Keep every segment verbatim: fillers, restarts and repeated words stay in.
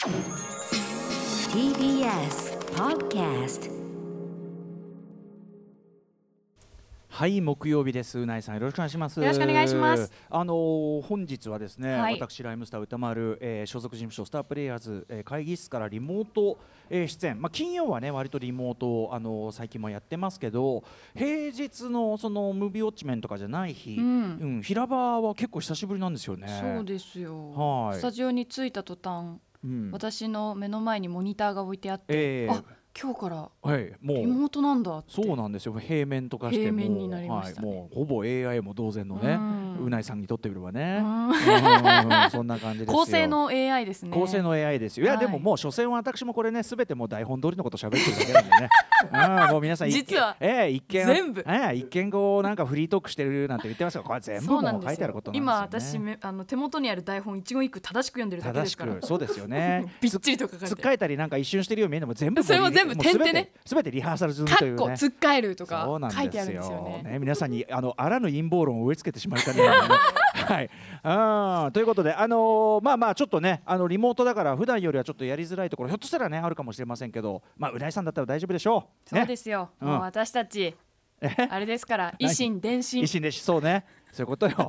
ティービーエス Podcast。 はい、木曜日です。うないさん、よろしくお願いします。 よろしくお願いします。 あのー、本日はですね、 はい、 私ライムスター歌丸、えー、所属事務所スタープレイヤーズ、えー、会議室からリモート、えー、出演、まあ、金曜はね割とリモート、あのー、最近もやってますけど、平日のそのムービーウォッチメンとかじゃない日、 うんうん、平場は結構久しぶりなんですよね。 そうですよ、 はい、 スタジオに着いた途端、うん、私の目の前にモニターが置いてあって、 えー、 あ、今日からはい、もうリモートなんだって。 そうなんですよ。平面とかしても平面になりましたね。 はい、もうほぼ エーアイ も同然のね、うん、うないさんにとってみればね、うんうん、そんな感じですよ。 高性能 エーアイ ですね。 高性能 エーアイ ですよ。いや、はい、でももう所詮は私もこれね全てもう台本通りのこと喋ってるだけなんでねあもう皆さん実は、 えー、一見全部、 えー、一見こうなんかフリートークしてるなんて言ってますよ。これ全部もう書いてあることなんですよね。 今私めあの手元にある台本一言一句正しく読んでるだけですから。 正しくそうですよねびっちりと書かれてつっかえたりなんか一瞬してるように見えるのも全部それも全部点々ね、 全てリハーサル済みというね、 かっこつっかえるとか書いてあるんですよね。 ね、皆さんにあのあらぬ陰謀論を植え付けてしまいかねない、ねはい、あということで、あのー、まあまあちょっとね、あのリモートだから普段よりはちょっとやりづらいところひょっとしたらねあるかもしれませんけど、まあうないさんだったら大丈夫でしょう、 ね、そうですよ、うん、もう私たちあれですから維新伝心維新伝心、そうね、そういうことよ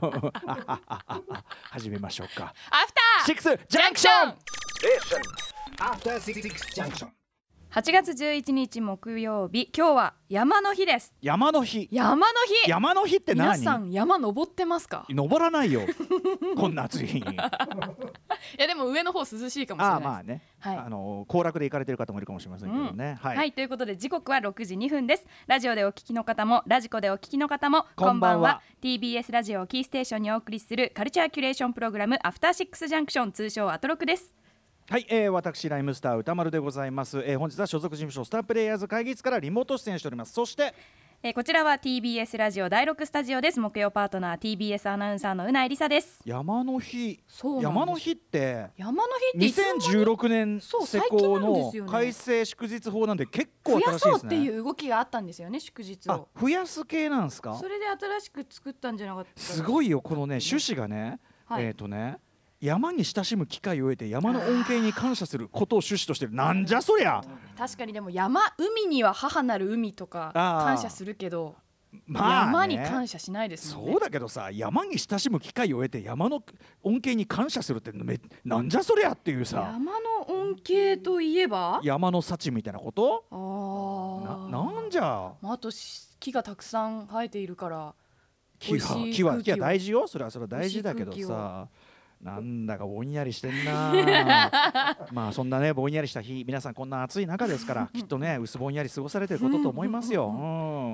始めましょうか。 アフターシックスジャンクションアフターシックスジャンクション。 はちがつじゅういちにち木曜日、今日は山の日です。 山の日。 山の日。 山の日って何？ 皆さん山登ってますか？ 登らないよこんな暑い日にいやでも上の方涼しいかもしれないです。 あまあね、 はい、 あの行楽で行かれてる方もいるかもしれませんけどね、うん、はい、 はい、ということで時刻はろくじにふんです。ラジオでお聞きの方もラジコでお聞きの方もこんばんは。 ティービーエス ラジオをキーステーションにお送りするカルチャーキュレーションプログラムアフターシックスジャンクション、通称アトロクです。 はい、えー、私ライムスター歌丸でございます、えー、本日は所属事務所スタープレイヤーズ会議室からリモート出演しております。そして、 えー、こちらは ティービーエス ラジオだいろくスタジオです。木曜パートナー ティービーエス アナウンサーのうないりさです。 山の日。 そう山の日って山の日ってにせんじゅうろくねん施行の改正祝日法なんで結構新しいですね。 増やそうっていう動きがあったんですよね、祝日を。 あ、増やす系なんですか？ それで新しく作ったんじゃなかったすごいよ、このね趣旨がね、はい、えっ、ー、とね山に親しむ機会を得て山の恩恵に感謝することを趣旨としてる。なんじゃそりゃ。 確かにでも山、海には母なる海とか感謝するけど、 まあね、 山に感謝しないですもんね。 そうだけどさ、山に親しむ機会を得て山の恩恵に感謝するってめなんじゃそりゃっていうさ。 山の恩恵といえば山の幸みたいなこと。 あな, なんじゃあと木がたくさん生えているから木が木は木は大事よ。それはそれは大事だけどさ、なんだかぼんやりしてんなまあそんなねぼんやりした日、皆さんこんな暑い中ですからきっとね薄ぼんやり過ごされてることと思いますよ、うん、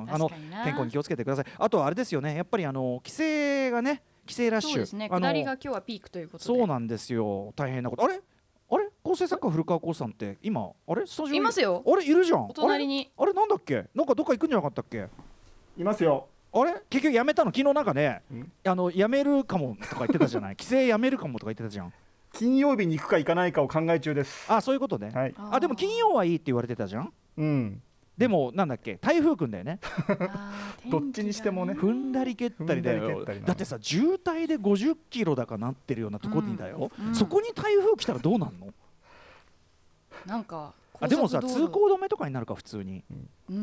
あの天候に気をつけてください。あとはあれですよね、やっぱりあの帰省がね、帰省ラッシュ、そうですね、 下りが今日はピークということで。 そうなんですよ、大変なこと。あれあれ構成作家古川光さんって今あれスタジオにいますよ。 あれいるじゃん、 お隣に。 あれ、あれなんだっけ、なんかどっか行くんじゃなかったっけ。 いますよ。 あれ結局やめたの？昨日なんかね、あのやめるかもとか言ってたじゃない帰省やめるかもとか言ってたじゃん。 金曜日に行くか行かないかを考え中です。 あ、そういうことね、はい、あでも金曜はいいって言われてたじゃん。 うん、 でもなんだっけ、台風くんだよねどっちにしてもね、 踏んだり蹴ったりだよ。だってさ渋滞でごじゅっキロだかなってるようなところにだよ、うんうん、そこに台風来たらどうなんの。 なんかあでもさ通行止めとかになるか普通に、 うん、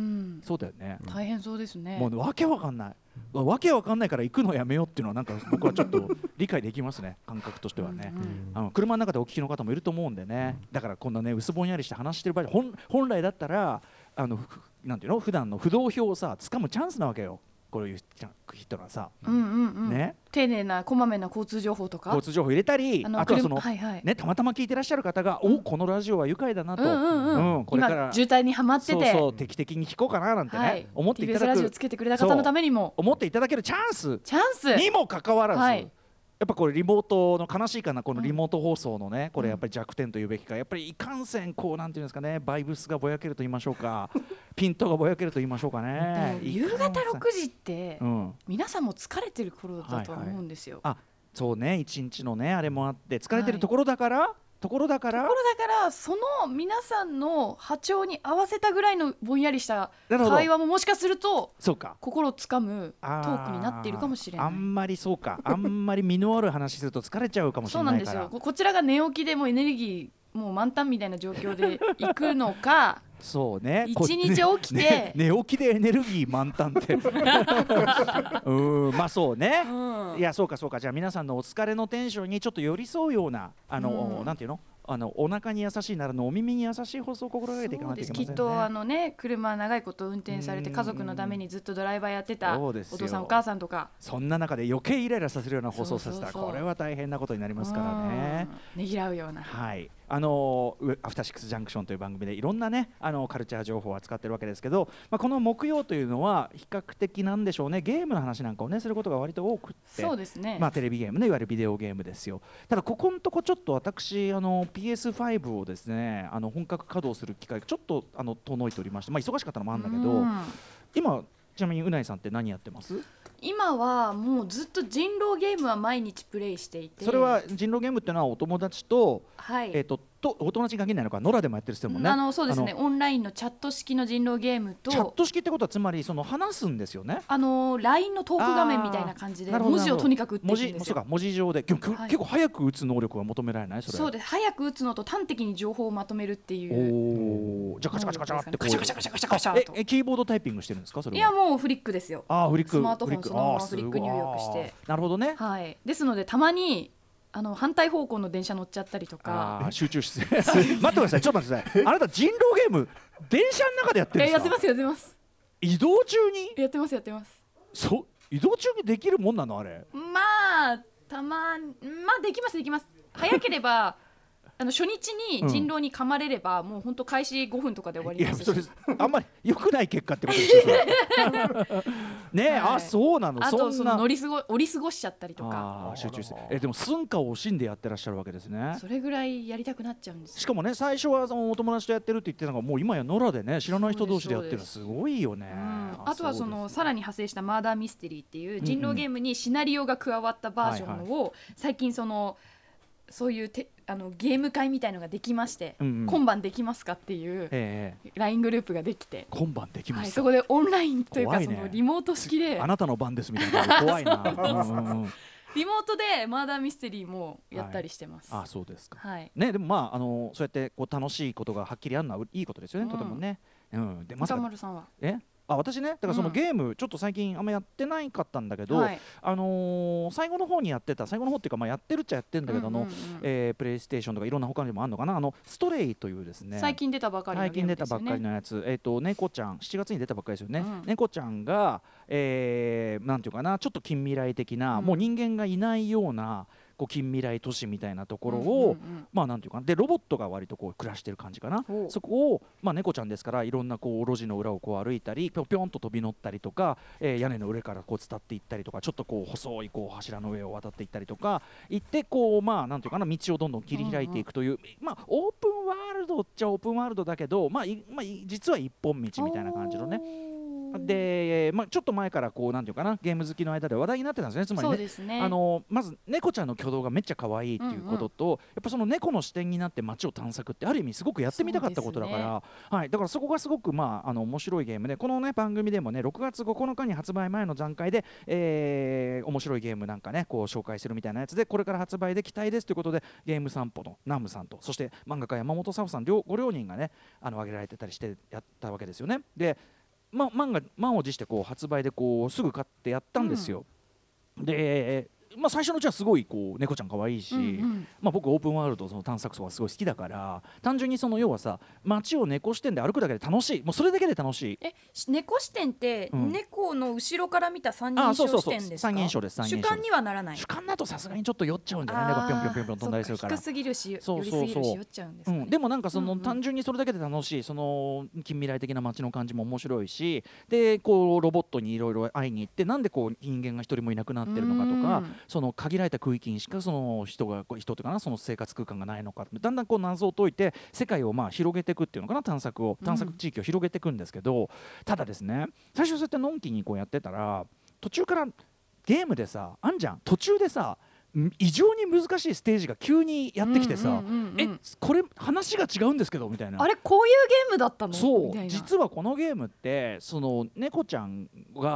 そうだよね、 大変そうですね。 もうわけわかんない、うん、わけわかんないから行くのやめようっていうのはなんか僕はちょっと理解できますね感覚としてはね、うんうん、あの車の中でお聞きの方もいると思うんでね、うん、だからこんなね薄ぼんやりして話してる場合、本, 本来だったらあのなんていうの、普段の不動票をさ掴むチャンスなわけよ、こういう人がさ、 うんうんうん、 ね、 丁寧なこまめな交通情報とか交通情報入れたり、 あ, あとはその、 はいはい、 ね、たまたま聞いてらっしゃる方が、うん、おこのラジオは愉快だなと、うんうんうんうん、これから今渋滞にはまってて、 そうそう定期的に聞こうかななんてね、はい、思っていただくティービーエス ラジオつけてくれた方のためにも思っていただけるチャンスチャンスにもかかわらず、はい、やっぱこれリモートの悲しいかな、このリモート放送のね、これやっぱり弱点というべきか、やっぱりいかんせんこうなんていうんですかね、バイブスがぼやけると言いましょうかピントがぼやけると言いましょうかね。 夕方ろくじって、うん、皆さんも疲れてる頃だと思うんですよ、 はいはい、あそうね、一日のねあれもあって疲れてるところだから、はい、ところだからところだからその皆さんの波長に合わせたぐらいのぼんやりした会話ももしかするとそうか心をつかむトークになっているかもしれない。 あんまりそうかあんまり身のある話すると疲れちゃうかもしれないから。 そうなんですよ、こちらが寝起きでもエネルギーもう満タンみたいな状況で行くのかそうね一日起きて、 ね、寝起きでエネルギー満タンってうんまあそうね、うん、いやそうかそうかじゃあ皆さんのお疲れのテンションにちょっと寄り添うようなあの、うん、なんていうのあのお腹に優しいならぬお耳に優しい放送を心がけていかないといけませんね。 きっとあのね車長いこと運転されて家族のためにずっとドライバーやってたお父さんお母さんとかそんな中で余計イライラさせるような放送をさせたらこれは大変なことになりますからね。 ねぎらうようなはいあのアフターシックスジャンクションという番組でいろんなねあのカルチャー情報を扱ってるわけですけど、まあ、この木曜というのは比較的なんでしょうねゲームの話なんかをねすることが割と多くってそうですね、 まあ、テレビゲームねいわゆるビデオゲームですよ。ただここのとこちょっと私あの ピーエスファイブ をですねあの本格稼働する機会がちょっとあの遠のいておりまして、まあ、忙しかったのもあるんだけど今ちなみにうないさんって何やってます？ 今はもうずっと人狼ゲームは毎日プレイしていてそれは人狼ゲームっていうのはお友達と、 はいえー、ととお友達に限らないのか野良でもやってる人もねあのそうですねオンラインのチャット式の人狼ゲームとチャット式ってことはつまりその話すんですよね。 あの ライン のトーク画面みたいな感じで文字をとにかく打っていくんですよ。 文字そうか文字上で、はい、結構早く打つ能力は求められないそれ。 そうです早く打つのと端的に情報をまとめるっていうおじゃあカチャカチャカチャってこうカチャカチャカチャカチャカチャとええキーボードタイピングしてるんですかそれは。 いやもうフリックですよ。 あフリックスマートフォンそのままフリック入力してなるほどね、 はい、ですのでたまにあの反対方向の電車乗っちゃったりとか集中して待ってくださいちょっと待ってくださいあなた人狼ゲーム電車の中でやってるんですか？ やってますやってます移動中にやってますやってますそ移動中にできるもんなのあれ？ まあたままあできますできます早ければあの初日に人狼に噛まれれば、うん、もう本当開始ごふんとかで終わりますし、 いやそれあんまり良くない結果ってことですよねえ、はい、あそうなのあとその乗り過ご降り過ごしちゃったりとかあ集中してえでも寸暇を惜しんでやってらっしゃるわけですね。 それぐらいやりたくなっちゃうんですよ。 しかもね最初はそのお友達とやってるって言ってたのがもう今や野良でね知らない人同士でやってるのすごいよね、うん、 あ, あとはそのさらに派生したマーダーミステリーっていう人狼ゲームにシナリオが加わったバージョンを最近そのそういうてあのゲーム会みたいのができまして、うんうん、今晩できますかっていう ライン グループができて今晩できますか、 はい、そこでオンラインというか、ね、そのリモート式であなたの番ですみたいな怖いなうんうん、うん、 リモートでマーダーミステリーもやったりしてます、 はい、あそうですか、 はいね、でもまあ、あのそうやってこう楽しいことがはっきりあるのはいいことですよね、うん、とてもね、うん、でまさか歌丸さんはえあ私ねだからそのゲーム、うん、ちょっと最近あんまやってないかったんだけど、はい、あのー、最後の方にやってた最後の方っていうか、まあ、やってるっちゃやってるんだけど、うんうんうんえー、プレイステーションとかいろんな他にもあるのかなあのストレイというですね最近出たばかりのゲームですよね。 最近出たばっかりのやつ、えー、と猫ちゃんしちがつに出たばっかりですよね、うん、猫ちゃんが、えー、なんていうかなちょっと近未来的な、うん、もう人間がいないようなこう近未来都市みたいなところを、うんうんうん、まあなんていうかでロボットが割とこう暮らしてる感じかな。そこをまあ猫ちゃんですからいろんなこう路地の裏をこう歩いたりぴょんぴょんと飛び乗ったりとか、えー、屋根の上からこう伝っていったりとかちょっとこう細いこう柱の上を渡っていったりとか行ってこうまあなんていうかな道をどんどん切り開いていくという、うんうん、まあオープンワールドっちゃオープンワールドだけどまあ、まあ、実は一本道みたいな感じのね。で、まあ、ちょっと前からこうなんていうかなゲーム好きの間で話題になってたんですね。つまり ね, そうですねあのまず猫ちゃんの挙動がめっちゃ可愛いっていうことと、うんうん、やっぱその猫の視点になって街を探索ってある意味すごくやってみたかったことだから、ねはい、だからそこがすごく、まあ、あの面白いゲームでこの、ね、番組でもねろくがつここのかに発売前の段階で、えー、面白いゲームなんかねこう紹介するみたいなやつでこれから発売で期待ですということでゲーム散歩のナムさんとそして漫画家山本沙帆さん両ご両人がねあの挙げられてたりしてやったわけですよね。でま、漫画満を持してこう発売でこうすぐ買ってやったんですよ、うん、で、まあ、最初のうちはすごいこう猫ちゃん可愛いし、うんうんまあ、僕オープンワールドその探索とかすごい好きだから単純にその要はさ街を猫視点で歩くだけで楽しいもうそれだけで楽しい。 え猫視点って猫の後ろから見た三人称視点ですか？ 三人称です三人称主観にはならない。 主観だとさすがにちょっと酔っちゃうんだよね。猫ピョンピョンピョンピョン飛んだりするから低すぎるし寄りすぎるし酔っちゃうんですかね、 うん、でもなんかその、うんうん、単純にそれだけで楽しいその近未来的な街の感じも面白いしでこうロボットにいろいろ会いに行ってなんでこう人間が一人もいなくなってるのかとかその限られた空域にしかその人が人というかなその生活空間がないのかだんだんこう謎を解いて世界をまあ広げていくっていうのかな探索を探索地域を広げていくんですけど、うん、ただですね最初そうやってのんきにこうやってたら途中からゲームでさあんじゃん途中でさ異常に難しいステージが急にやってきてさ、うんうんうんうん、えこれ話が違うんですけどみたいなあれこういうゲームだったのそうみたいな実はこのゲームってその猫ちゃんが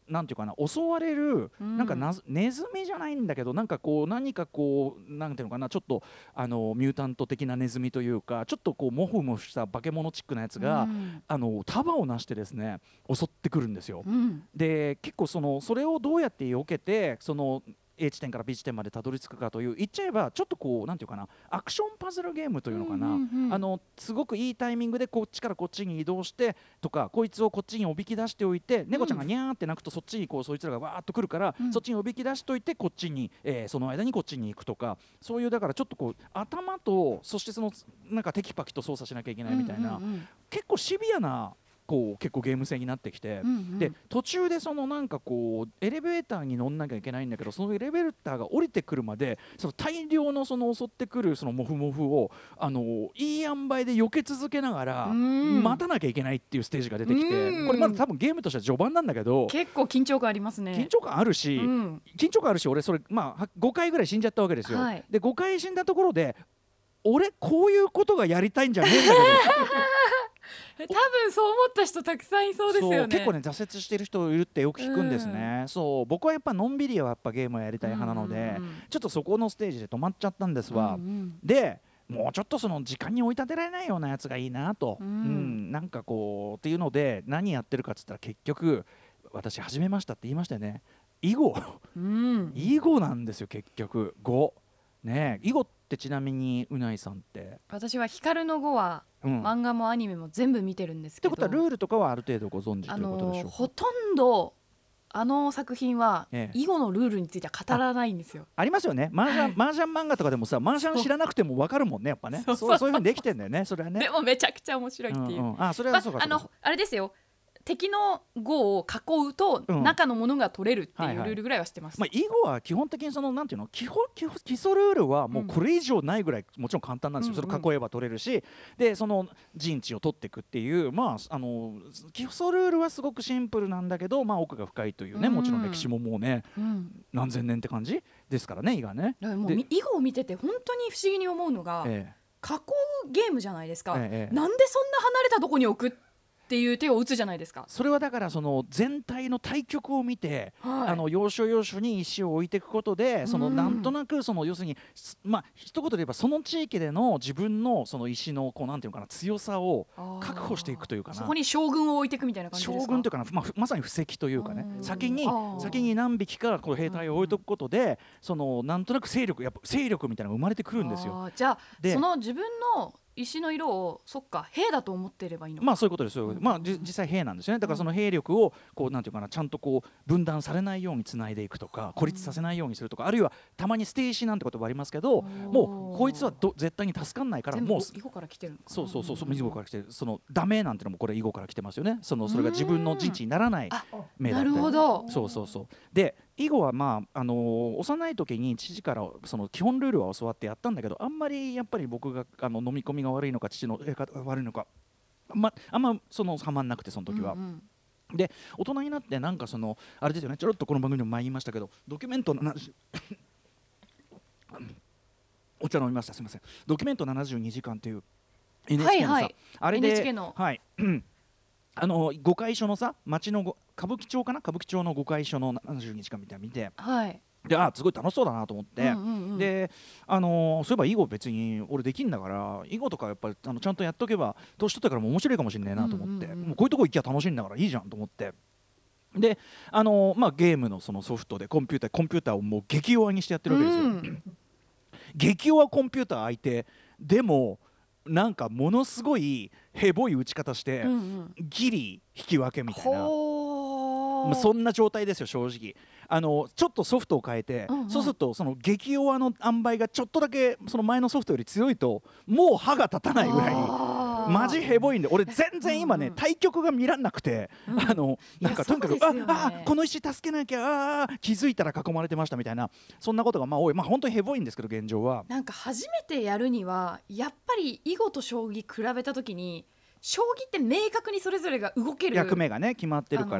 なんていうかな襲われるなんかな、ネズミじゃないんだけどなんかこう何かこうなんていうのかなちょっとあのミュータント的なネズミというかちょっとこうモフモフした化け物チックなやつが、うん、あの束をなしてですね襲ってくるんですよ、うん、で結構そのそれをどうやって避けてそのA 地点から B 地点までたどり着くかという言っちゃえばちょっとこうなんていうかなアクションパズルゲームというのかな、うんうんうん、あのすごくいいタイミングでこっちからこっちに移動してとかこいつをこっちにおびき出しておいて、うん、猫ちゃんがニャーって鳴くとそっちにこうそいつらがわーっと来るから、うん、そっちにおびき出しておいてこっちに、えー、その間にこっちに行くとかそういうだからちょっとこう頭とそしてそのなんかテキパキと操作しなきゃいけないみたいな、うんうんうん、結構シビアなこう結構ゲーム性になってきて、うんうん、で途中でそのなんかこうエレベーターに乗んなきゃいけないんだけどそのエレベーターが降りてくるまでその大量のその襲ってくるそのモフモフをあのいい塩梅で避け続けながら待たなきゃいけないっていうステージが出てきて、これまだ多分ゲームとしては序盤なんだけど結構緊張感ありますね。 緊張感あるし、うん、緊張感あるし俺それまあごかいぐらい死んじゃったわけですよ、はい、でごかい死んだところで俺こういうことがやりたいんじゃねえんだけど多分そう思った人たくさんいそうですよね。 そう結構ね挫折してる人いるってよく聞くんですね、うん、そう僕はやっぱのんびりはやっぱゲームをやりたい派なので、うんうん、ちょっとそこのステージで止まっちゃったんですわ、うんうん、でもうちょっとその時間に追い立てられないようなやつがいいなと、うんうん、なんかこうっていうので何やってるかっつったら結局私始めましたって言いましたよね。囲碁、うん、囲碁なんですよ結局碁ね。囲碁ってちなみにうないさんって私は光の碁はうん、漫画もアニメも全部見てるんですけどってことはルールとかはある程度ご存知ということでしょうか。 ほとんどあの作品は囲碁のルールについては語らないんですよ。 あ, ありますよね麻雀、麻雀漫画とかでもさ麻雀知らなくても分かるもんねやっぱね。そうそうそうそういうふうにできてんだよねそれはね。 でもめちゃくちゃ面白いっていう、うんうん、 あそれはそうか、まあ、 あのあれですよ敵の碁を囲うと中のものが取れるっていうルールぐらいは知ってます、 うんはいはいまあ、囲碁は基本的にそのなんていうの基本基本基礎ルールはもうこれ以上ないぐらいもちろん簡単なんですよ、うん、それ囲えば取れるしでその陣地を取っていくっていうまああの基礎ルールはすごくシンプルなんだけど、まあ、奥が深いというね、うん、もちろん歴史ももうね、うん、何千年って感じですからね囲碁ね。 もう囲碁を見てて本当に不思議に思うのが、ええ、囲うゲームじゃないですか、ええ、なんでそんな離れたとこに置くっていう手を打つじゃないですか。 それはだからその全体の対局を見て、はい、あの要所要所に石を置いていくことでそのなんとなくその要するにまあ一言で言えばその地域での自分のその石のこうなんていうのかな強さを確保していくというかな。 そこに将軍を置いていくみたいな感じですか。 将軍というかな、まあ、まさに布石というかね先に先に何匹かこう兵隊を置いておくことでそのなんとなく勢力やっぱ勢力みたいなのが生まれてくるんですよ。 じゃあその自分の石の色をそっか兵だと思っていればいいのか。 まあそういうことですよ、うん、まあ実際兵なんですよね。だからその兵力をこうなんていうかなちゃんとこう分断されないようにつないでいくとか孤立させないようにするとか、うん、あるいはたまに捨て石なんてこともありますけどもうこいつはど絶対に助かんないからもう囲碁から来てるのかな。 そうそうそうそう囲碁から来てるそのダメなんてのもこれ囲碁から来てますよね。そのそれが自分の陣地にならない目だったり。 なるほど。 そうそうそうで囲碁はまああのー、幼い時に父からその基本ルールは教わってやったんだけどあんまりやっぱり僕があの飲み込みが悪いのか父のやり方が悪いのか、まあんまそのはまんなくてその時は。うんうん、で大人になってなんかそのあれですよねちょろっとこの番組でも前言いましたけどドキュメントななじゅうお茶飲みましたすみませんドキュメントななじゅうにじかんという エヌエイチケー のさ、はいはい、あれでエヌエイチケー のはいあの御会所のさ町のご歌舞伎町かな歌舞伎町の御会所のななじゅうにじかんみたいなの見て、 はい、 であすごい楽しそうだなと思って、うんうんうん、であのー、そういえば囲碁別に俺できんだから囲碁とかやっぱりあのちゃんとやっとけば年取ってからも面白いかもしれないなと思って、うんうんうん、もうこういうとこ行きゃ楽しいんだからいいじゃんと思ってであのーまあ、ゲームのそのソフトでコンピューターコンピューターをもう激弱にしてやってるわけですよ、うん、激弱コンピューター相手でもなんかものすごいヘボい打ち方して、うんうん、ギリ引き分けみたいな、まあ、そんな状態ですよ正直。あのちょっとソフトを変えて、うんうん、そうするとその激弱の塩梅がちょっとだけその前のソフトより強いともう歯が立たないぐらいマジヘボいんで俺全然今ね、うんうん、対局が見らんなくて、うん、あのなんかとにかく、ね、ああこの石助けなきゃあ気づいたら囲まれてましたみたいなそんなことがまあ多い。まあ本当にヘボいんですけど現状はなんか初めてやるにはやっぱり囲碁と将棋比べた時に将棋って明確にそれぞれが動ける役目がね決まってるから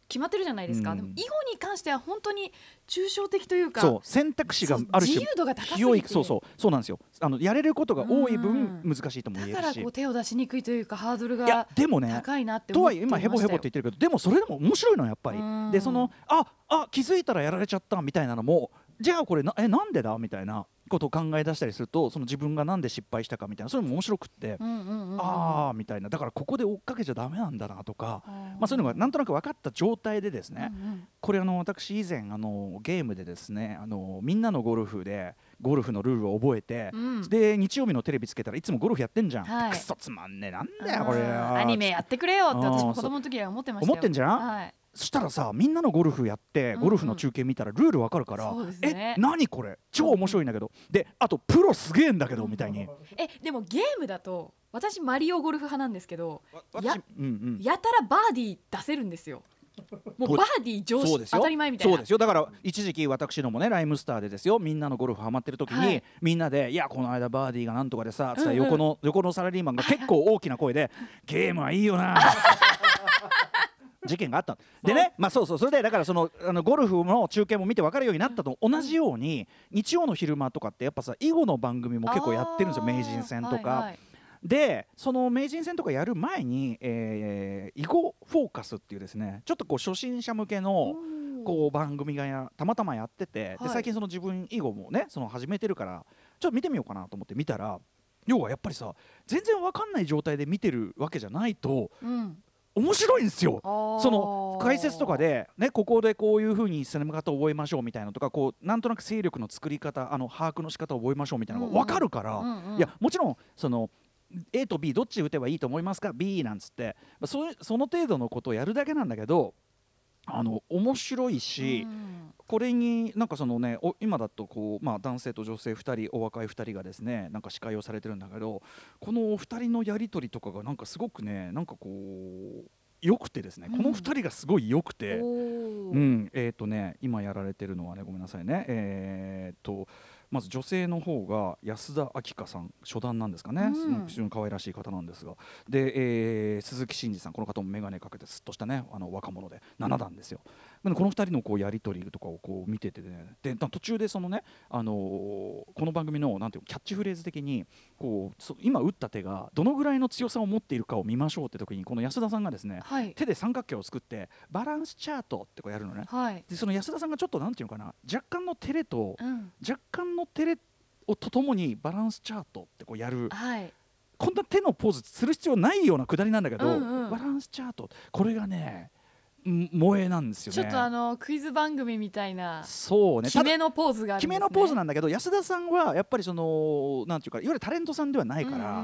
決まってるじゃないですか、うん、でも囲碁に関しては本当に抽象的というか、 そう選択肢がある種自由度が高すぎて広い、そうそうそうなんですよ。あのやれることが多い分難しいとも言えるし、 だからこう手を出しにくいというかハードルが高いなって思っていましたよ。 とはいえ今ヘボヘボって言ってるけど、でもそれでも面白いのはやっぱりで、そのああ気づいたらやられちゃったみたいなのも、じゃあこれなえなんでだみたいなことを考え出したりすると、その自分がなんで失敗したかみたいな、それも面白くって、うんうんうんうん、ああみたいな、だからここで追っかけちゃダメなんだなとか、まあ、そういうのがなんとなく分かった状態でですね、うんうん、これあの私以前あのゲームでですね、あのみんなのゴルフでゴルフのルールを覚えて、うん、で日曜日のテレビつけたらいつもゴルフやってんじゃん、はい、くそつまんねえなんだよこれアニメやってくれよって私も子供の時は思ってましたよ。 思ってんじゃん、はい、そしたらさ、みんなのゴルフやってゴルフの中継見たらルールわかるから、うんうん、え何これ超面白いんだけど、であとプロすげえんだけど、うん、みたいに。 えでもゲームだと私マリオゴルフ派なんですけど、や、うんうん、やたらバーディー出せるんですよ。もうバーディー常識当たり前みたいな。 そうですよ。だから一時期私のもねライムスターでですよ、みんなのゴルフハマってる時に、はい、みんなでいやこの間バーディーがなんとかでさ、うんうん、横の横のサラリーマンが結構大きな声でゲームはいいよな事件があったでね、まあそうそう、それでだからそのあのゴルフの中継も見て分かるようになったと同じように、日曜の昼間とかってやっぱさ囲碁の番組も結構やってるんですよ、名人戦とか、はいはい、でその名人戦とかやる前に、えー、囲碁フォーカスっていうですね、ちょっとこう初心者向けのこう番組がやたまたまやってて、で最近その自分囲碁もねその始めてるからちょっと見てみようかなと思って見たら、要はやっぱりさ全然分かんない状態で見てるわけじゃないと、うん面白いんですよ。その解説とかで、ね、ここでこういう風に攻め方を覚えましょうみたいなのとか、こうなんとなく勢力の作り方、あの把握の仕方を覚えましょうみたいなのが分かるから、うんうん、いやもちろんその A と B どっち打てばいいと思いますか B なんつって、そ, その程度のことをやるだけなんだけど、あの面白いし、うん、これになんかそのね今だとこう、まあ、男性と女性ふたりお若いふたりがですねなんか司会をされてるんだけど、このお二人のやり取りとかがなんかすごくねなんかこうよくてですね、うん、このふたりがすごいよくて、うんえーとね今やられてるのはねごめんなさいねえーとまず女性の方が安田明香さん、初段なんですかね、うん、非常に可愛らしい方なんですが、で、えー、鈴木真二さん、この方も眼鏡かけてすっとしたねあの若者でなな段ですよ。このふたりのこうやり取りとかをこう見ててね、で途中でそのね、あのー、この番組のなんていうキャッチフレーズ的にこう今打った手がどのぐらいの強さを持っているかを見ましょうって時に、この安田さんがですね、はい、手で三角形を作ってバランスチャートってこうやるのね、はい、でその安田さんがちょっとなんていうかな、若干の照れと、うん、若干の照れをとともにバランスチャートってこうやる、はい、こんな手のポーズする必要ないようなくだりなんだけど、うんうん、バランスチャートこれがね萌えなんですよね。 ちょっとあのクイズ番組みたいなそう、ね、 決めのポーズがあるんですね。 決めのポーズなんだけど、安田さんはやっぱりそのなんていうかいわゆるタレントさんではないから、うんうんうん、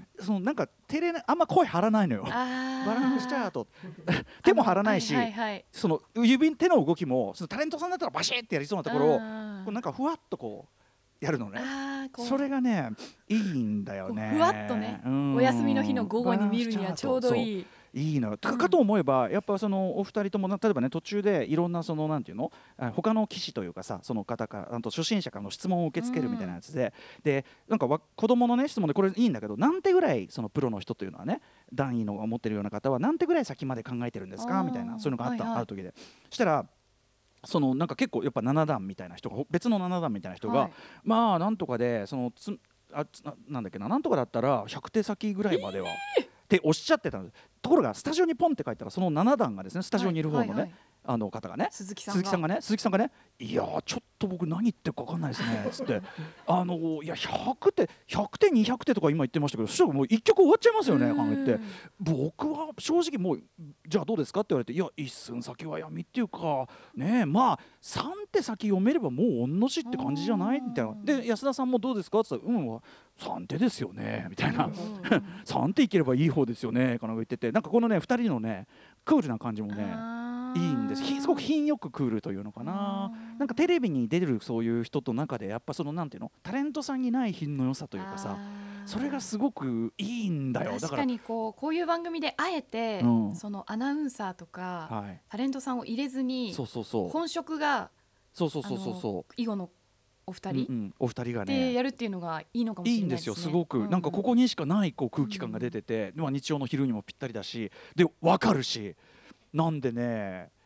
そのなんか照れあんま声張らないのよ。バランスチャート手も張らないし、はいはいはい、その指手の動きもそのタレントさんだったらバシッってやりそうなところをこうなんかふわっとこうやるのね。それがねいいんだよね。 ふわっとね、お休みの日の午後に見るにはちょうどいい。 いいのか、かと思えばやっぱそのお二人とも例えばね途中でいろんなそのなんていうの他の棋士というかさ、その方からと初心者からの質問を受け付けるみたいなやつで、うん、でなんかわ子供のね質問でこれいいんだけど、何手ぐらいそのプロの人というのはね段位の持ってるような方は何手ぐらい先まで考えてるんですかみたいな、そういうのがあった、はいはい、ある時でしたら。そのなんか結構やっぱなな段みたいな人が別のなな段みたいな人が、はい、まあなんとかでそのつあななんだっけななんとかだったらひゃく手先ぐらいまでは、えー、っておっしゃってたんです。ところがスタジオにポンって書いたらそのなな段がですねスタジオにいる方のね、はいはいはい、あの方がね鈴木さんが鈴木さんがね鈴木さんがねいやちょっと僕何言ってるか分かんないですねつってあのいやひゃく手ひゃく手にひゃく手とか今言ってましたけど、そしたらもういっきょく終わっちゃいますよね考えて、僕は正直もうじゃあどうですかって言われて、いや一寸先は闇っていうかね、まあさん手先読めればもう御の字って感じじゃないみたいな。で安田さんもどうですかって言ったら、うんさん手ですよねみたいなさん手いければいい方ですよねかなんか言ってて、なんかこのねふたりのねクールな感じもねいいんです。すごく品よくクールというのかな、なんかテレビに出るそういう人と中でやっぱそのなんていうのタレントさんにない品の良さというかさ、それがすごくいいんだよ。 確かにこうこういう番組であえて、うん、そのアナウンサーとか、はい、タレントさんを入れずにそうそうそう本職がそうそうそうそうそう囲碁のお二人、 うんうん、お二人がねでやるっていうのがいいのかもしれないですね。 いいんですよすごく、うんうん、なんかここにしかないこう空気感が出てて、うん、日曜の昼にもぴったりだしで分かるし、なんでね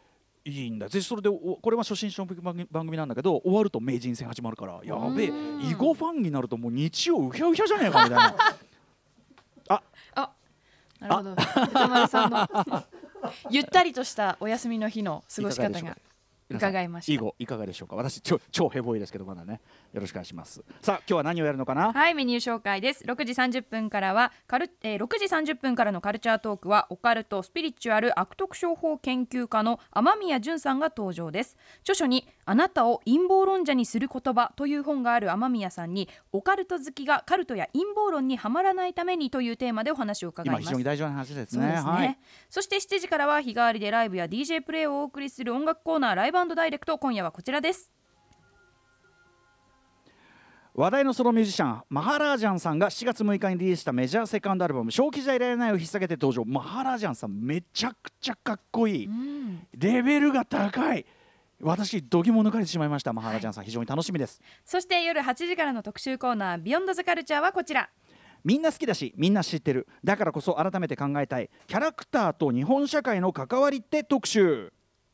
いいんだ。でそれでこれは初心者の番組なんだけど、終わると名人戦始まるから、やべえ囲碁ファンになるともう日曜うひゃうひゃじゃねえかみたいなああなるほど、歌丸さんのゆったりとしたお休みの日の過ごし方が伺いました。 囲碁いかがでしょうか。私超超ヘボいですけどまだね、よろしくお願いします。さあ今日は何をやるのかな。 はい、メニュー紹介です。ろくじさんじゅっぷんからはカル、えー、ろくじさんじゅっぷんからのカルチャートークはオカルトスピリチュアル悪徳商法研究家の雨宮純さんが登場です。著書にあなたを陰謀論者にする言葉という本がある雨宮さんに、オカルト好きがカルトや陰謀論にはまらないためにというテーマでお話を伺います。 今非常に大事な話ですね。 そうですね、はい、そしてしちじからは日替わりでライブや ディージェー プレイをお送りする音楽コーナーライブ&ダイレクト。今夜はこちらです。 話題のソロミュージシャンマハラージャンさんがしちがつむいかにリリースしたメジャーセカンドアルバム正気じゃいられないを引っ提げて登場。マハラージャンさんめちゃくちゃかっこいい、うん、レベルが高い。私度肝抜かれてしまいました。マハラージャンさん、はい、非常に楽しみです。 そして夜はちじからの特集コーナービヨンドザカルチャーはこちら。 みんな好きだしみんな知ってる、だからこそ改めて考えたいキャラクターと日本社会の関わりって特集。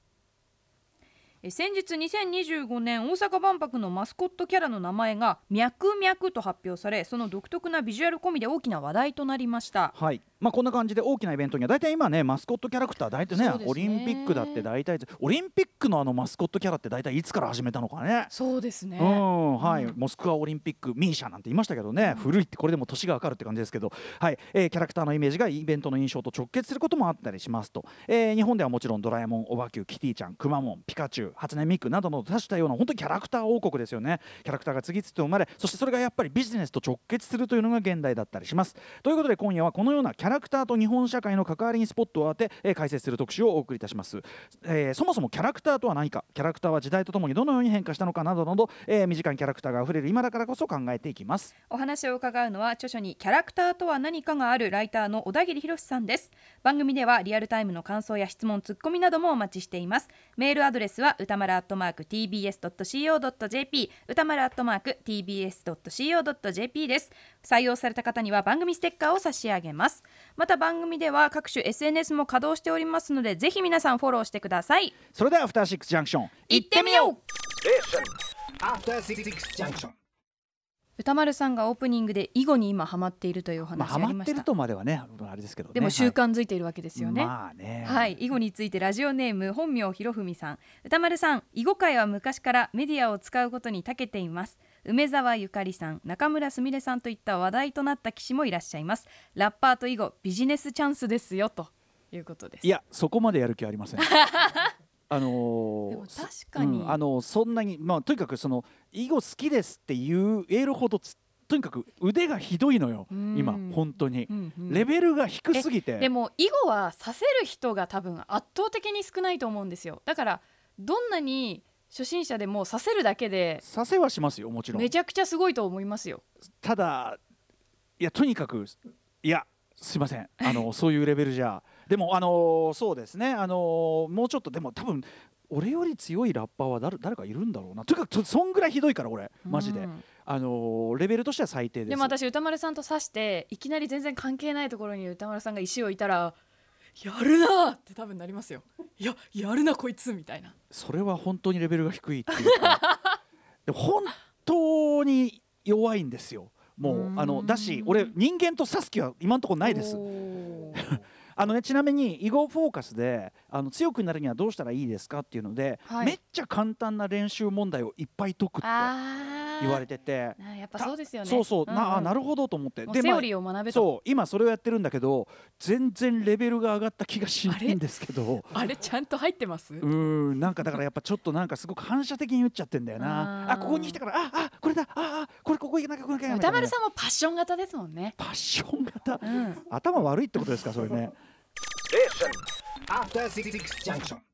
先日にせんにじゅうごねん大阪万博のマスコットキャラの名前がミャクミャクと発表され、その独特なビジュアル込みで大きな話題となりました。 はい、まあ、こんな感じで大きなイベントには大体今ねマスコットキャラクター大体 ね, ねオリンピックだって大体オリンピックのあのマスコットキャラって大体いつから始めたのかね。 そうですね、 うんはい、 うん、 モスクワオリンピックミーシャなんて言いましたけどね、うん、古いってこれでも年がわかるって感じですけど、はいえー、キャラクターのイメージがイベントの印象と直結することもあったりしますと、えー、日本ではもちろんドラえもん、オバキュー、キティちゃん、くまモン、ピカチュウ、初音ミクなどの多種多様な本当にキャラクター王国ですよね。キャラクターが次々と生まれ、そしてそれがやっぱりビジネスと直結するというのが現代だったりします。ということで今夜はこのようなキャラクターと日本社会の関わりにスポットを当て、えー、解説する特集をお送りいたします。えー、そもそもキャラクターとは何か、キャラクターは時代とともにどのように変化したのかなどなど、えー、身近にキャラクターがあふれる今だからこそ考えていきます。 お話を伺うのは著書にキャラクターとは何かがあるライターの小田切博さんです。番組ではリアルタイムの感想や質問、ツッコミなどもお待ちしています。メールアドレスは歌丸アットマーク ティービーエスドットシーオードットジェーピー 歌丸アットマーク ティービーエスドットシーオードットジェーピー です。採用された方には番組ステッカーを差し上げます。また番組では各種 エスエヌエス も稼働しておりますので、ぜひ皆さんフォローしてください。 それではアフターシックスジャンクション行ってみよう。 アフターシックスジャンクション。 歌丸さんがオープニングで囲碁に今ハマっているというお話ありました。 まあ、ハマってるとまではねあれですけどね、 でも習慣づいているわけですよね、 はい、まあね、 はい、囲碁についてラジオネーム本名ひろふみさん。歌丸さん、囲碁界は昔からメディアを使うことに長けています。梅沢ゆかりさん、中村すみれさんといった話題となった棋士もいらっしゃいます。ラッパーと囲碁ビジネスチャンスですよということです。 いやそこまでやる気はありませんあのー、 でも確かに、 うん、あのそんなに、まあ、とにかくその囲碁好きですっていう言えるほどつとにかく腕がひどいのよ今本当に、うんうん、レベルが低すぎて。 でも囲碁は指せる人が多分圧倒的に少ないと思うんですよ。だからどんなに初心者でも指せるだけで指せはしますよ、もちろんめちゃくちゃすごいと思いますよ。 ただいやとにかくいやすいませんあのそういうレベルじゃでもあのそうですねあのもうちょっとでも多分俺より強いラッパーは 誰, 誰かいるんだろうな。とにかくそんぐらいひどいから俺マジで、うん、あのレベルとしては最低です。 でも私歌丸さんと指していきなり全然関係ないところに歌丸さんが石を置いたらやるなって多分なりますよ。いややるなこいつみたいな。 それは本当にレベルが低いっていうかで本当に弱いんですよもう。あのだし俺人間と指す気は今のところないですあのね、ちなみに囲碁フォーカスであの強くなるにはどうしたらいいですかっていうので、はい、めっちゃ簡単な練習問題をいっぱい解くって言われてて、 やっぱそうですよね。 そうそう、うんうん、な, なるほどと思って、 でセオリーを学べと、 そう今それをやってるんだけど全然レベルが上がった気がしないんですけどあ れ, あれちゃんと入ってます。 うんなんかだからやっぱちょっとなんかすごく反射的に言っちゃってんだよなあ, あここに来たからああこれだああこれここ行かなきゃここ行かなきゃ。 歌丸さんもパッション型ですもんね。 パッション型、 うん、 頭悪いってことですかそれね。 After Six Junction